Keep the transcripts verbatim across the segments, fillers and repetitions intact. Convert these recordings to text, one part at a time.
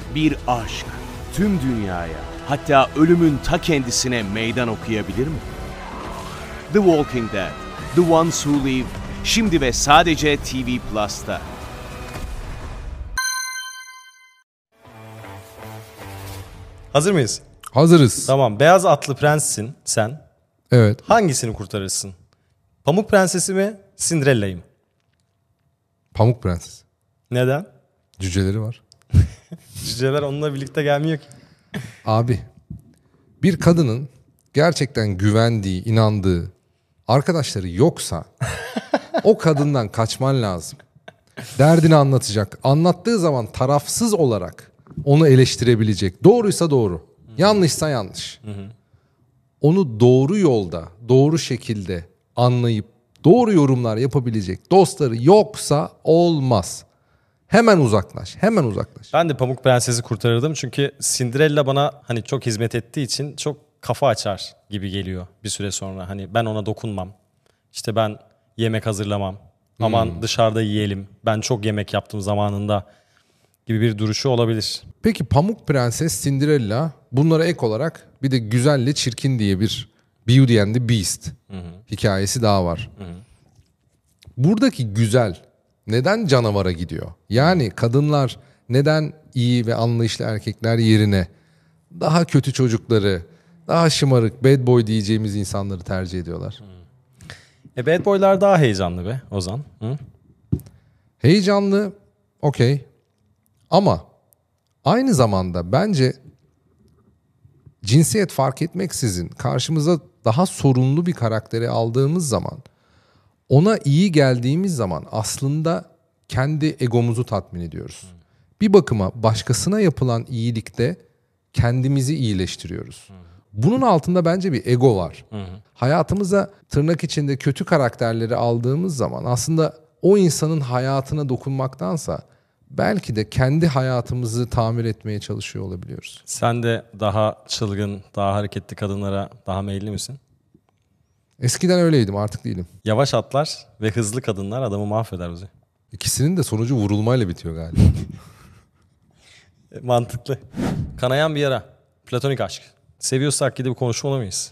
Bir aşk tüm dünyaya, hatta ölümün ta kendisine meydan okuyabilir mi? The Walking Dead, The Ones Who Live, şimdi ve sadece T V Plus'ta. Hazır mıyız? Hazırız. Tamam. Beyaz atlı prenssin sen. Evet. Hangisini kurtarırsın? Pamuk Prensesi mi, Cinderella'yı mı? Pamuk Prenses. Neden? Cüceleri var. Cüceler onunla birlikte gelmiyor ki. Abi, bir kadının gerçekten güvendiği, inandığı arkadaşları yoksa o kadından kaçman lazım. Derdini anlatacak. Anlattığı zaman tarafsız olarak onu eleştirebilecek. Doğruysa doğru, yanlışsa yanlış. Hı hı. Onu doğru yolda, doğru şekilde anlayıp doğru yorumlar yapabilecek dostları yoksa olmaz. Hemen uzaklaş, hemen uzaklaş. Ben de Pamuk Prenses'i kurtarırdım çünkü Cinderella bana hani çok hizmet ettiği için çok kafa açar gibi geliyor bir süre sonra. Hani ben ona dokunmam, işte ben yemek hazırlamam, aman hmm. dışarıda yiyelim, ben çok yemek yaptım zamanında gibi bir duruşu olabilir. Peki Pamuk Prenses, Cinderella, bunlara ek olarak bir de Güzelle Çirkin diye bir Beauty and the Beast hı hı. hikayesi daha var. Hı hı. Buradaki güzel neden canavara gidiyor? Yani kadınlar neden iyi ve anlayışlı erkekler yerine daha kötü çocukları, daha şımarık, bad boy diyeceğimiz insanları tercih ediyorlar? E bad boylar daha heyecanlı be Ozan. Hı? Heyecanlı, okey. Ama aynı zamanda bence cinsiyet fark etmeksizin karşımıza daha sorunlu bir karakteri aldığımız zaman, ona iyi geldiğimiz zaman aslında kendi egomuzu tatmin ediyoruz. Hmm. Bir bakıma başkasına yapılan iyilikte kendimizi iyileştiriyoruz. Hmm. Bunun altında bence bir ego var. Hmm. Hayatımıza tırnak içinde kötü karakterleri aldığımız zaman aslında o insanın hayatına dokunmaktansa belki de kendi hayatımızı tamir etmeye çalışıyor olabiliyoruz. Sen de daha çılgın, daha hareketli kadınlara daha meyilli misin? Eskiden öyleydim, artık değilim. Yavaş atlar ve hızlı kadınlar adamı mahveder bizi. İkisinin de sonucu vurulmayla bitiyor galiba. Mantıklı. Kanayan bir yara. Platonik aşk. Seviyorsak gidip konuşmalı mıyız?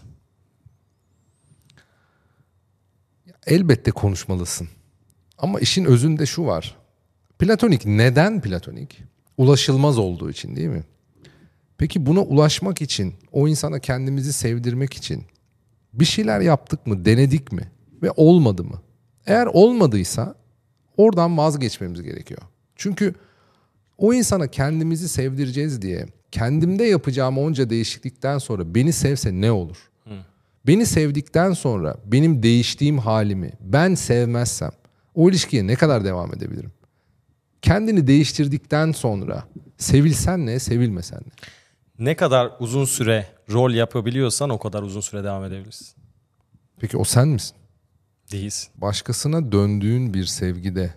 Elbette konuşmalısın. Ama işin özünde şu var. Platonik neden platonik? Ulaşılmaz olduğu için, değil mi? Peki buna ulaşmak için, o insana kendimizi sevdirmek için bir şeyler yaptık mı, denedik mi ve olmadı mı? Eğer olmadıysa oradan vazgeçmemiz gerekiyor. Çünkü o insana kendimizi sevdireceğiz diye kendimde yapacağım onca değişiklikten sonra beni sevse ne olur? Hı. Beni sevdikten sonra benim değiştiğim halimi ben sevmezsem o ilişkiye ne kadar devam edebilirim? Kendini değiştirdikten sonra sevilsen ne, sevilmesen ne? Ne kadar uzun süre rol yapabiliyorsan o kadar uzun süre devam edebilirsin. Peki o sen misin? Değilsin. Başkasına döndüğün bir sevgide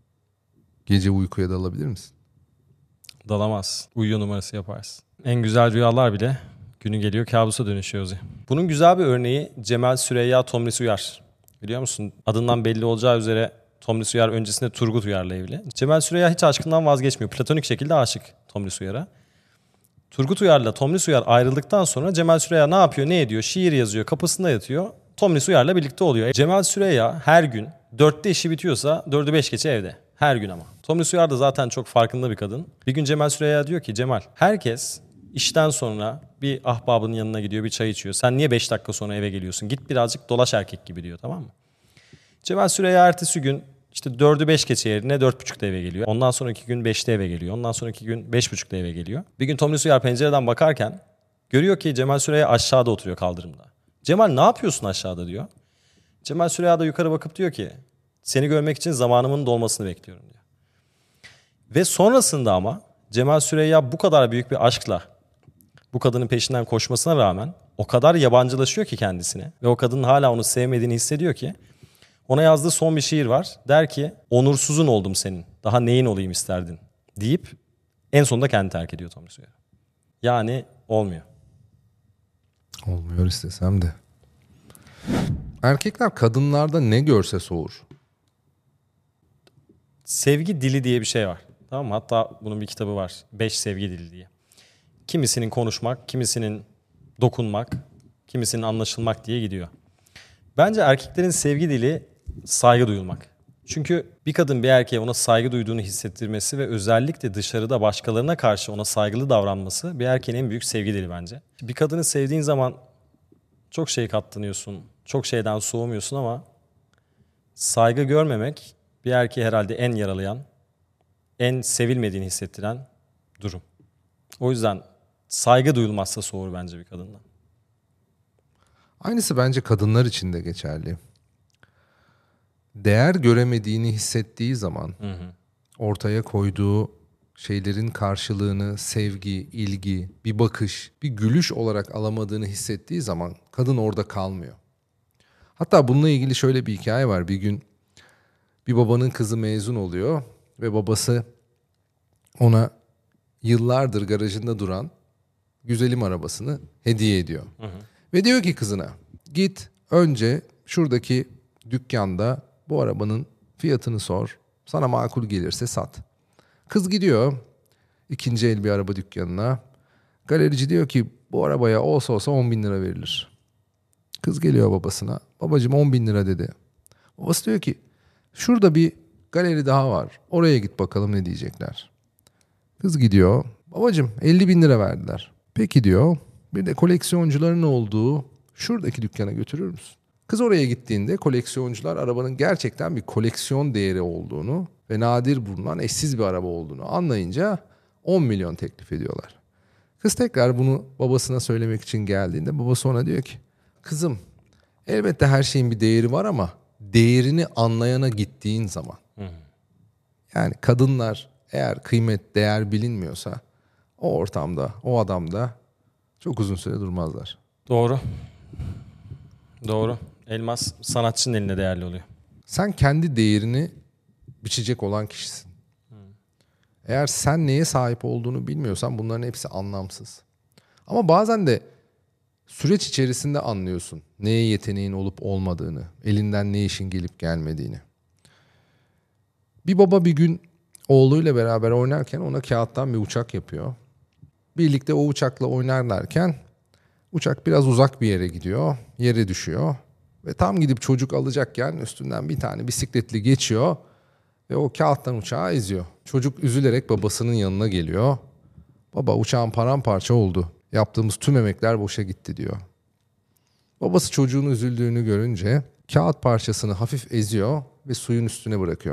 gece uykuya dalabilir misin? Dalamaz. Uyuyor numarası yaparsın. En güzel rüyalar bile günü geliyor kabusa dönüşüyor Ozi. Bunun güzel bir örneği Cemal Süreyya Tomris Uyar. Biliyor musun? Adından belli olacağı üzere Tomris Uyar öncesinde Turgut Uyar'la evli. Cemal Süreyya hiç aşkından vazgeçmiyor. Platonik şekilde aşık Tomris Uyar'a. Turgut Uyar'la Tomris Uyar ayrıldıktan sonra Cemal Süreyya ne yapıyor, ne ediyor? Şiir yazıyor, kapısında yatıyor. Tomris Uyar'la birlikte oluyor. Cemal Süreyya her gün dörtte işi bitiyorsa dördü beş geçe evde. Her gün ama. Tomris Uyar da zaten çok farkında bir kadın. Bir gün Cemal Süreyya diyor ki Cemal, herkes işten sonra bir ahbabının yanına gidiyor, bir çay içiyor. Sen niye beş dakika sonra eve geliyorsun? Git birazcık dolaş erkek gibi diyor, tamam mı? Cemal Süreyya ertesi gün işte dördü beş geçe yerine dört buçukta eve geliyor. Ondan sonraki gün beşte eve geliyor. Ondan sonraki gün beş buçukta eve geliyor. Bir gün Tomris Uyar pencereden bakarken görüyor ki Cemal Süreyya aşağıda oturuyor kaldırımda. Cemal ne yapıyorsun aşağıda diyor. Cemal Süreyya da yukarı bakıp diyor ki seni görmek için zamanımın dolmasını bekliyorum diyor. Ve sonrasında ama Cemal Süreyya bu kadar büyük bir aşkla bu kadının peşinden koşmasına rağmen o kadar yabancılaşıyor ki kendisine ve o kadının hala onu sevmediğini hissediyor ki ona yazdığı son bir şiir var. Der ki onursuzun oldum senin. Daha neyin olayım isterdin deyip en sonunda kendi terk ediyor Tomris Uyar. Yani olmuyor. Olmuyor istesem de. Erkekler kadınlarda ne görse soğur. Sevgi dili diye bir şey var. Tamam mı? Hatta bunun bir kitabı var. Beş sevgi dili diye. Kimisinin konuşmak, kimisinin dokunmak, kimisinin anlaşılmak diye gidiyor. Bence erkeklerin sevgi dili saygı duyulmak. Çünkü bir kadın bir erkeğe ona saygı duyduğunu hissettirmesi ve özellikle dışarıda başkalarına karşı ona saygılı davranması bir erkeğin en büyük sevgi dili bence. Bir kadını sevdiğin zaman çok şey katlanıyorsun, çok şeyden soğumuyorsun ama saygı görmemek bir erkeği herhalde en yaralayan, en sevilmediğini hissettiren durum. O yüzden saygı duyulmazsa soğur bence bir kadından. Aynısı bence kadınlar için de geçerli. Değer göremediğini hissettiği zaman Hı hı. ortaya koyduğu şeylerin karşılığını sevgi, ilgi, bir bakış, bir gülüş olarak alamadığını hissettiği zaman kadın orada kalmıyor. Hatta bununla ilgili şöyle bir hikaye var. Bir gün bir babanın kızı mezun oluyor ve babası ona yıllardır garajında duran güzelim arabasını hediye ediyor. Hı hı. Ve diyor ki kızına, git önce şuradaki dükkanda bu arabanın fiyatını sor. Sana makul gelirse sat. Kız gidiyor ikinci el bir araba dükkanına. Galerici diyor ki bu arabaya olsa olsa on bin lira verilir. Kız geliyor babasına. Babacığım on bin lira dedi. Babası diyor ki şurada bir galeri daha var. Oraya git bakalım ne diyecekler. Kız gidiyor. Babacığım elli bin lira verdiler. Peki diyor. Bir de koleksiyoncuların olduğu şuradaki dükkana götürür müsün? Kız oraya gittiğinde koleksiyoncular arabanın gerçekten bir koleksiyon değeri olduğunu ve nadir bulunan eşsiz bir araba olduğunu anlayınca on milyon teklif ediyorlar. Kız tekrar bunu babasına söylemek için geldiğinde babası ona diyor ki kızım elbette her şeyin bir değeri var ama değerini anlayana gittiğin zaman. Hı. Yani kadınlar eğer kıymet, değer bilinmiyorsa o ortamda, o adamda çok uzun süre durmazlar. Doğru. Doğru. Elmas sanatçının eline değerli oluyor. Sen kendi değerini biçecek olan kişisin. Hmm. Eğer sen neye sahip olduğunu bilmiyorsan bunların hepsi anlamsız. Ama bazen de süreç içerisinde anlıyorsun neye yeteneğin olup olmadığını, elinden ne işin gelip gelmediğini. Bir baba bir gün oğluyla beraber oynarken ona kağıttan bir uçak yapıyor. Birlikte o uçakla oynarlarken uçak biraz uzak bir yere gidiyor, yere düşüyor. Ve tam gidip çocuk alacakken üstünden bir tane bisikletli geçiyor ve o kağıttan uçağı eziyor. Çocuk üzülerek babasının yanına geliyor. Baba uçağın paramparça oldu. Yaptığımız tüm emekler boşa gitti diyor. Babası çocuğun üzüldüğünü görünce kağıt parçasını hafif eziyor ve suyun üstüne bırakıyor.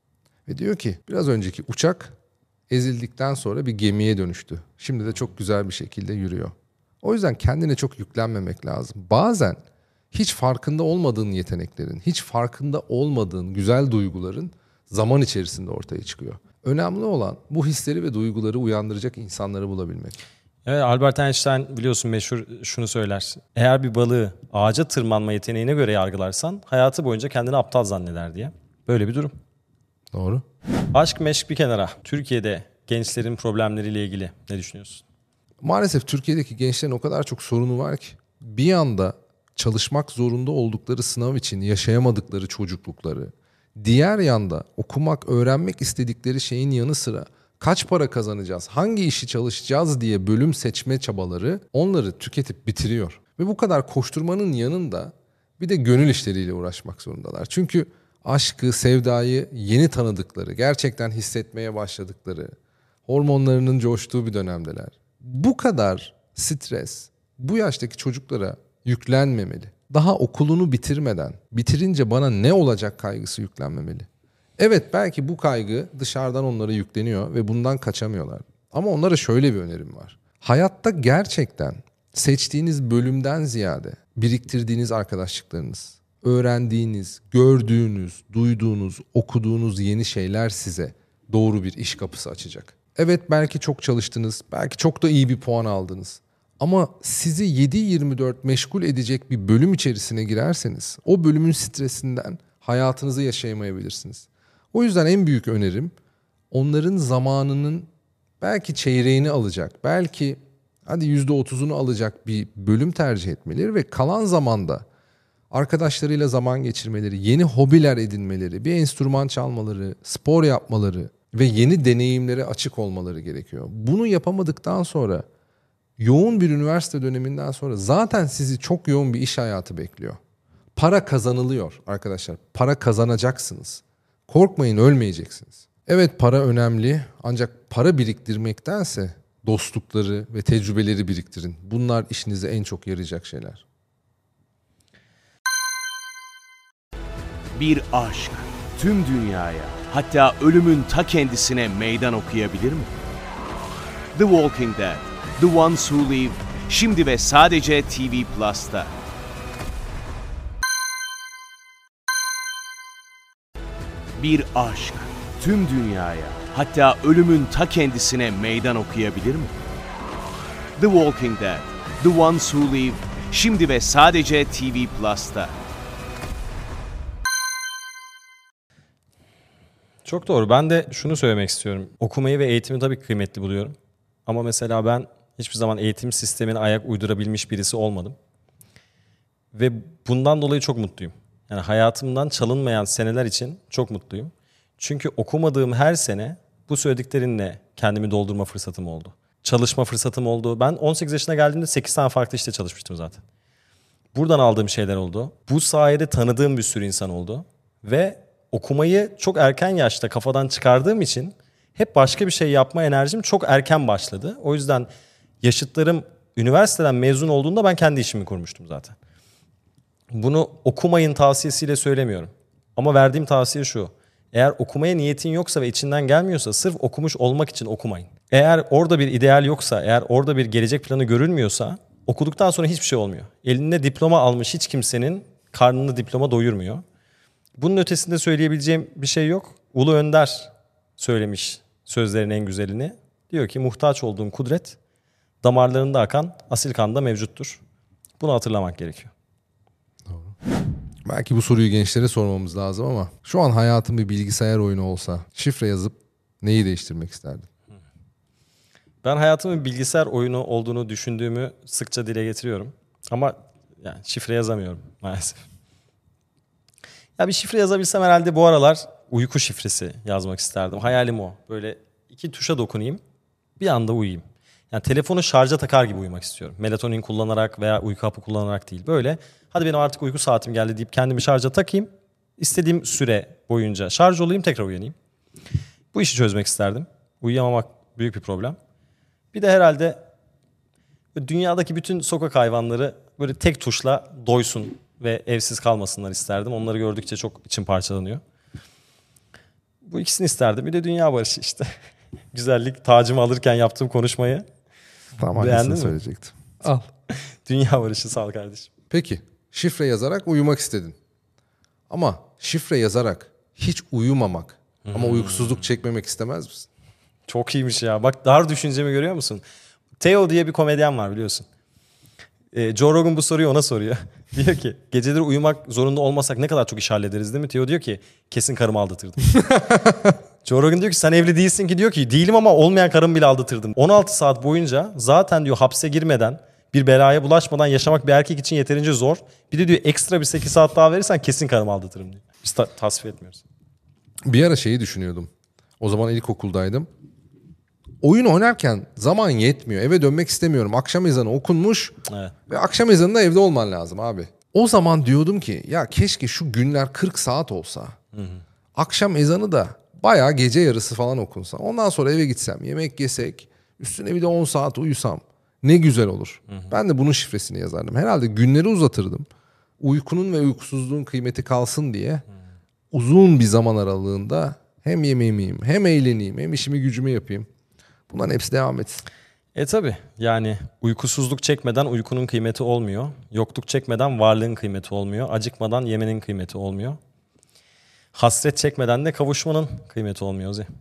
Ve diyor ki biraz önceki uçak ezildikten sonra bir gemiye dönüştü. Şimdi de çok güzel bir şekilde yürüyor. O yüzden kendine çok yüklenmemek lazım. Bazen hiç farkında olmadığın yeteneklerin, hiç farkında olmadığın güzel duyguların zaman içerisinde ortaya çıkıyor. Önemli olan bu hisleri ve duyguları uyandıracak insanları bulabilmek. Evet, Albert Einstein biliyorsun meşhur şunu söyler. Eğer bir balığı ağaca tırmanma yeteneğine göre yargılarsan hayatı boyunca kendini aptal zanneder diye. Böyle bir durum. Doğru. Aşk meşk bir kenara. Türkiye'de gençlerin problemleriyle ilgili ne düşünüyorsun? Maalesef Türkiye'deki gençlerin o kadar çok sorunu var ki bir yanda çalışmak zorunda oldukları sınav için yaşayamadıkları çocuklukları, diğer yanda okumak, öğrenmek istedikleri şeyin yanı sıra kaç para kazanacağız, hangi işi çalışacağız diye bölüm seçme çabaları onları tüketip bitiriyor. Ve bu kadar koşturmanın yanında bir de gönül işleriyle uğraşmak zorundalar. Çünkü aşkı, sevdayı yeni tanıdıkları, gerçekten hissetmeye başladıkları, hormonlarının coştuğu bir dönemdeler. Bu kadar stres bu yaştaki çocuklara yüklenmemeli. Daha okulunu bitirmeden, bitirince bana ne olacak kaygısı yüklenmemeli. Evet belki bu kaygı dışarıdan onlara yükleniyor ve bundan kaçamıyorlar. Ama onlara şöyle bir önerim var. Hayatta gerçekten seçtiğiniz bölümden ziyade biriktirdiğiniz arkadaşlıklarınız, öğrendiğiniz, gördüğünüz, duyduğunuz, okuduğunuz yeni şeyler size doğru bir iş kapısı açacak. Evet belki çok çalıştınız, belki çok da iyi bir puan aldınız. Ama sizi yedi yirmi dört meşgul edecek bir bölüm içerisine girerseniz o bölümün stresinden hayatınızı yaşayamayabilirsiniz. O yüzden en büyük önerim onların zamanının belki çeyreğini alacak, belki hadi yüzde otuzunu alacak bir bölüm tercih etmeleri ve kalan zamanda arkadaşlarıyla zaman geçirmeleri, yeni hobiler edinmeleri, bir enstrüman çalmaları, spor yapmaları, ve yeni deneyimlere açık olmaları gerekiyor. Bunu yapamadıktan sonra yoğun bir üniversite döneminden sonra zaten sizi çok yoğun bir iş hayatı bekliyor. Para kazanılıyor arkadaşlar. Para kazanacaksınız. Korkmayın, ölmeyeceksiniz. Evet, para önemli ancak para biriktirmektense dostlukları ve tecrübeleri biriktirin. Bunlar işinize en çok yarayacak şeyler. Bir aşk tüm dünyaya, hatta ölümün ta kendisine meydan okuyabilir mi? The Walking Dead, The Ones Who Live, şimdi ve sadece T V Plus'ta. Bir aşk tüm dünyaya, hatta ölümün ta kendisine meydan okuyabilir mi? The Walking Dead, The Ones Who Live, şimdi ve sadece T V Plus'ta. Çok doğru. Ben de şunu söylemek istiyorum. Okumayı ve eğitimi tabii kıymetli buluyorum. Ama mesela ben hiçbir zaman eğitim sistemine ayak uydurabilmiş birisi olmadım. Ve bundan dolayı çok mutluyum. Yani hayatımdan çalınmayan seneler için çok mutluyum. Çünkü okumadığım her sene bu söylediklerinle kendimi doldurma fırsatım oldu. Çalışma fırsatım oldu. Ben on sekiz yaşına geldiğimde sekiz tane farklı işte çalışmıştım zaten. Buradan aldığım şeyler oldu. Bu sayede tanıdığım bir sürü insan oldu. Ve okumayı çok erken yaşta kafadan çıkardığım için hep başka bir şey yapma enerjim çok erken başladı. O yüzden yaşıtlarım üniversiteden mezun olduğunda ben kendi işimi kurmuştum zaten. Bunu okumayın tavsiyesiyle söylemiyorum. Ama verdiğim tavsiye şu. Eğer okumaya niyetin yoksa ve içinden gelmiyorsa sırf okumuş olmak için okumayın. Eğer orada bir ideal yoksa, eğer orada bir gelecek planı görülmüyorsa okuduktan sonra hiçbir şey olmuyor. Elinde diploma almış hiç kimsenin karnını diploma doyurmuyor. Bunun ötesinde söyleyebileceğim bir şey yok. Ulu Önder söylemiş sözlerin en güzelini. Diyor ki muhtaç olduğun kudret damarlarında akan asil kanda mevcuttur. Bunu hatırlamak gerekiyor. Belki bu soruyu gençlere sormamız lazım ama şu an hayatın bir bilgisayar oyunu olsa şifre yazıp neyi değiştirmek isterdin? Ben hayatımın bilgisayar oyunu olduğunu düşündüğümü sıkça dile getiriyorum. Ama yani şifre yazamıyorum maalesef. Ya bir şifre yazabilsem herhalde bu aralar uyku şifresi yazmak isterdim. Hayalim o. Böyle iki tuşa dokunayım, bir anda uyuyayım. Yani telefonu şarja takar gibi uyumak istiyorum. Melatonin kullanarak veya uyku hapı kullanarak değil. Böyle hadi benim artık uyku saatim geldi deyip kendimi şarja takayım. İstediğim süre boyunca şarj olayım, tekrar uyanayım. Bu işi çözmek isterdim. Uyuyamamak büyük bir problem. Bir de herhalde dünyadaki bütün sokak hayvanları böyle tek tuşla doysun ve evsiz kalmasınlar isterdim. Onları gördükçe çok içim parçalanıyor. Bu ikisini isterdim. Bir de dünya barışı işte. Güzellik tacımı alırken yaptığım konuşmayı. Tamam, Beğendin hangisini mi? söyleyecektim? Al. Dünya barışı, sağ ol kardeşim. Peki, şifre yazarak uyumak istedin. Ama şifre yazarak hiç uyumamak hmm. ama uykusuzluk çekmemek istemez misin? Çok iyiymiş ya. Bak dar düşüncemi görüyor musun? Theo diye bir komedyen var biliyorsun. Ee, Joe Rogan bu soruyu ona soruyor. Diyor ki geceleri uyumak zorunda olmasak ne kadar çok iş hallederiz değil mi? Theo diyor ki kesin karımı aldatırdım. Joe Rogan diyor ki sen evli değilsin ki, diyor ki değilim ama olmayan karımı bile aldatırdım. on altı saat boyunca zaten diyor hapse girmeden, bir belaya bulaşmadan yaşamak bir erkek için yeterince zor. Bir de diyor ekstra bir sekiz saat daha verirsen kesin karımı aldatırım diyor. Biz ta- tasvip etmiyoruz. Bir ara şeyi düşünüyordum. O zaman ilkokuldaydım. Oyun oynarken zaman yetmiyor. Eve dönmek istemiyorum. Akşam ezanı okunmuş Evet. ve akşam ezanında evde olman lazım abi. O zaman diyordum ki ya keşke şu günler kırk saat olsa. Hı hı. Akşam ezanı da bayağı gece yarısı falan okunsa. Ondan sonra eve gitsem, yemek yesek, üstüne bir de on saat uyusam ne güzel olur. Hı hı. Ben de bunun şifresini yazardım. Herhalde günleri uzatırdım. Uykunun ve uykusuzluğun kıymeti kalsın diye hı. uzun bir zaman aralığında hem yemeğimi yiyeyim, hem eğleneyim, hem işimi gücümü yapayım. Bunların hepsi devam etsin. E tabi yani uykusuzluk çekmeden uykunun kıymeti olmuyor. Yokluk çekmeden varlığın kıymeti olmuyor. Acıkmadan yemenin kıymeti olmuyor. Hasret çekmeden de kavuşmanın kıymeti olmuyor Ozi.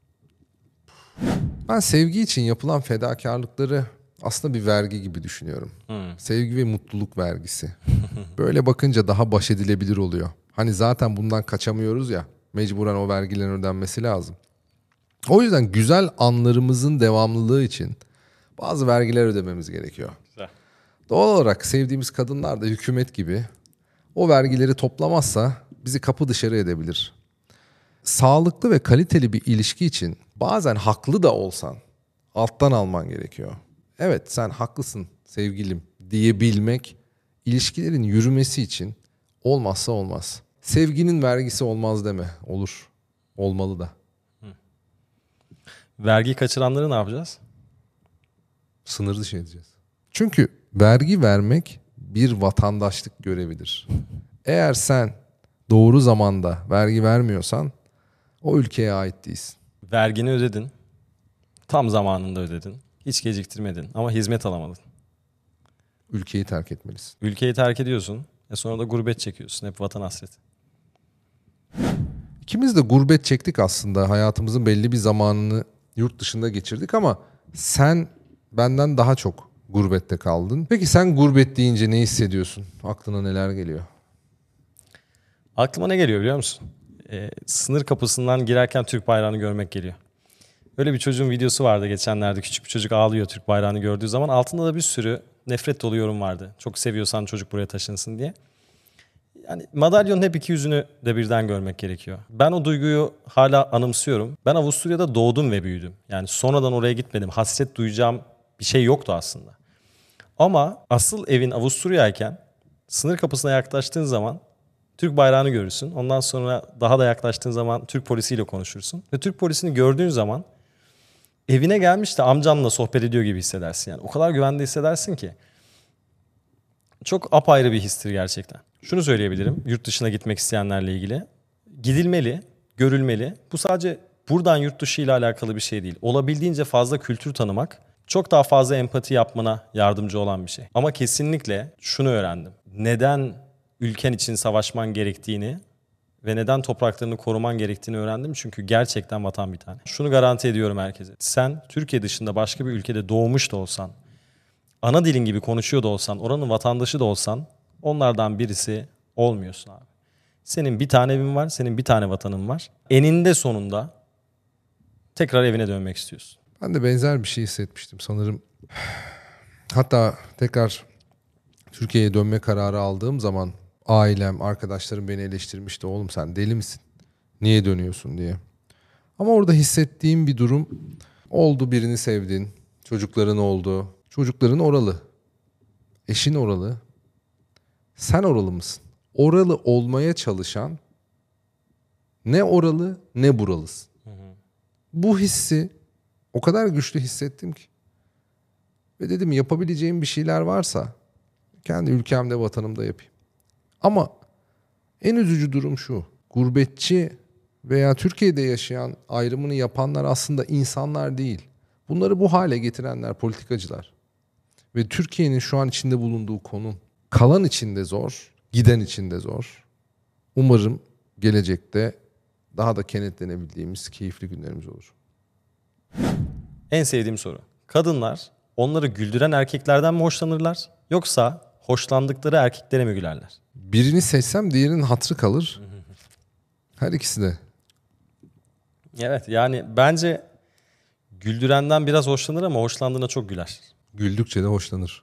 Ben sevgi için yapılan fedakarlıkları aslında bir vergi gibi düşünüyorum. Hmm. Sevgi ve mutluluk vergisi. Böyle bakınca daha baş edilebilir oluyor. Hani zaten bundan kaçamıyoruz ya. Mecburen o vergilerin ödenmesi lazım. O yüzden güzel anlarımızın devamlılığı için bazı vergiler ödememiz gerekiyor. Güzel. Doğal olarak sevdiğimiz kadınlar da hükümet gibi o vergileri toplamazsa bizi kapı dışarı edebilir. Sağlıklı ve kaliteli bir ilişki için bazen haklı da olsan alttan alman gerekiyor. Evet, sen haklısın sevgilim diyebilmek ilişkilerin yürümesi için olmazsa olmaz. Sevginin vergisi olmaz deme. Olur. Olmalı da. Vergi kaçıranları ne yapacağız? Sınır dışı edeceğiz. Çünkü vergi vermek bir vatandaşlık görevidir. Eğer sen doğru zamanda vergi vermiyorsan o ülkeye ait değilsin. Vergini ödedin. Tam zamanında ödedin. Hiç geciktirmedin ama hizmet alamadın. Ülkeyi terk etmelisin. Ülkeyi terk ediyorsun. E sonra da gurbet çekiyorsun. Hep vatan hasreti. İkimiz de gurbet çektik aslında. Hayatımızın belli bir zamanını yurt dışında geçirdik ama sen benden daha çok gurbette kaldın. Peki sen gurbet deyince ne hissediyorsun? Aklına neler geliyor? Aklıma ne geliyor biliyor musun? Ee, sınır kapısından girerken Türk bayrağını görmek geliyor. Öyle bir çocuğun videosu vardı geçenlerde. Küçük bir çocuk ağlıyor Türk bayrağını gördüğü zaman. Altında da bir sürü nefret dolu yorum vardı. Çok seviyorsan çocuk buraya taşınsın diye. Yani madalyonun hep iki yüzünü de birden görmek gerekiyor. Ben o duyguyu hala anımsıyorum. Ben Avusturya'da doğdum ve büyüdüm. Yani sonradan oraya gitmedim. Hasret duyacağım bir şey yoktu aslında. Ama asıl evin Avusturya'yken sınır kapısına yaklaştığın zaman Türk bayrağını görürsün. Ondan sonra daha da yaklaştığın zaman Türk polisiyle konuşursun. Ve Türk polisini gördüğün zaman evine gelmiş de amcanla sohbet ediyor gibi hissedersin. Yani o kadar güvende hissedersin ki. Çok apayrı bir histir gerçekten. Şunu söyleyebilirim yurt dışına gitmek isteyenlerle ilgili. Gidilmeli, görülmeli. Bu sadece buradan yurt dışı ile alakalı bir şey değil. Olabildiğince fazla kültür tanımak çok daha fazla empati yapmana yardımcı olan bir şey. Ama kesinlikle şunu öğrendim. Neden ülken için savaşman gerektiğini ve neden topraklarını koruman gerektiğini öğrendim. Çünkü gerçekten vatan bir tane. Şunu garanti ediyorum herkese. Sen Türkiye dışında başka bir ülkede doğmuş da olsan, ana dilin gibi konuşuyor da olsan, oranın vatandaşı da olsan onlardan birisi olmuyorsun abi. Senin bir tane evin var, senin bir tane vatanın var. Eninde sonunda tekrar evine dönmek istiyorsun. Ben de benzer bir şey hissetmiştim sanırım. Hatta tekrar Türkiye'ye dönme kararı aldığım zaman ailem, arkadaşlarım beni eleştirmişti. Oğlum sen deli misin? Niye dönüyorsun diye. Ama orada hissettiğim bir durum oldu, birini sevdin, çocukların oldu. Çocukların oralı. Eşin oralı. Sen oralı mısın? Oralı olmaya çalışan ne oralı ne buralısın. Hı hı. Bu hissi o kadar güçlü hissettim ki. Ve dedim yapabileceğim bir şeyler varsa kendi ülkemde, vatanımda yapayım. Ama en üzücü durum şu. Gurbetçi veya Türkiye'de yaşayan ayrımını yapanlar aslında insanlar değil. Bunları bu hale getirenler politikacılar. Ve Türkiye'nin şu an içinde bulunduğu konum kalan için de zor, giden için de zor. Umarım gelecekte daha da kenetlenebildiğimiz keyifli günlerimiz olur. En sevdiğim soru. Kadınlar onları güldüren erkeklerden mi hoşlanırlar yoksa hoşlandıkları erkeklere mi gülerler? Birini seçsem diğerinin hatırı kalır. Her ikisi de. Evet yani bence güldürenden biraz hoşlanır ama hoşlandığına çok güler. Güldükçe de hoşlanır.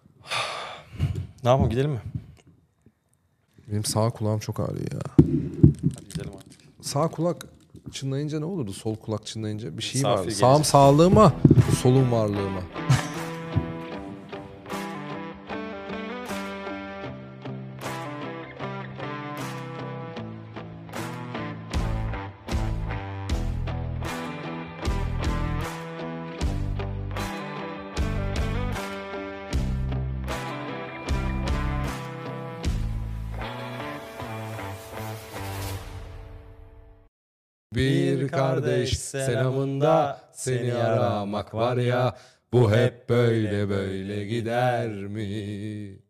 Ne yapalım gidelim mi? Benim sağ kulağım çok ağrıyor ya. Hadi gidelim artık. Sağ kulak çınlayınca ne olurdu? Sol kulak çınlayınca bir şey Misafir vardı. gelecek. Sağım sağlığıma, solum varlığıma. Bir kardeş selamında seni aramak var ya, bu hep böyle böyle gider mi?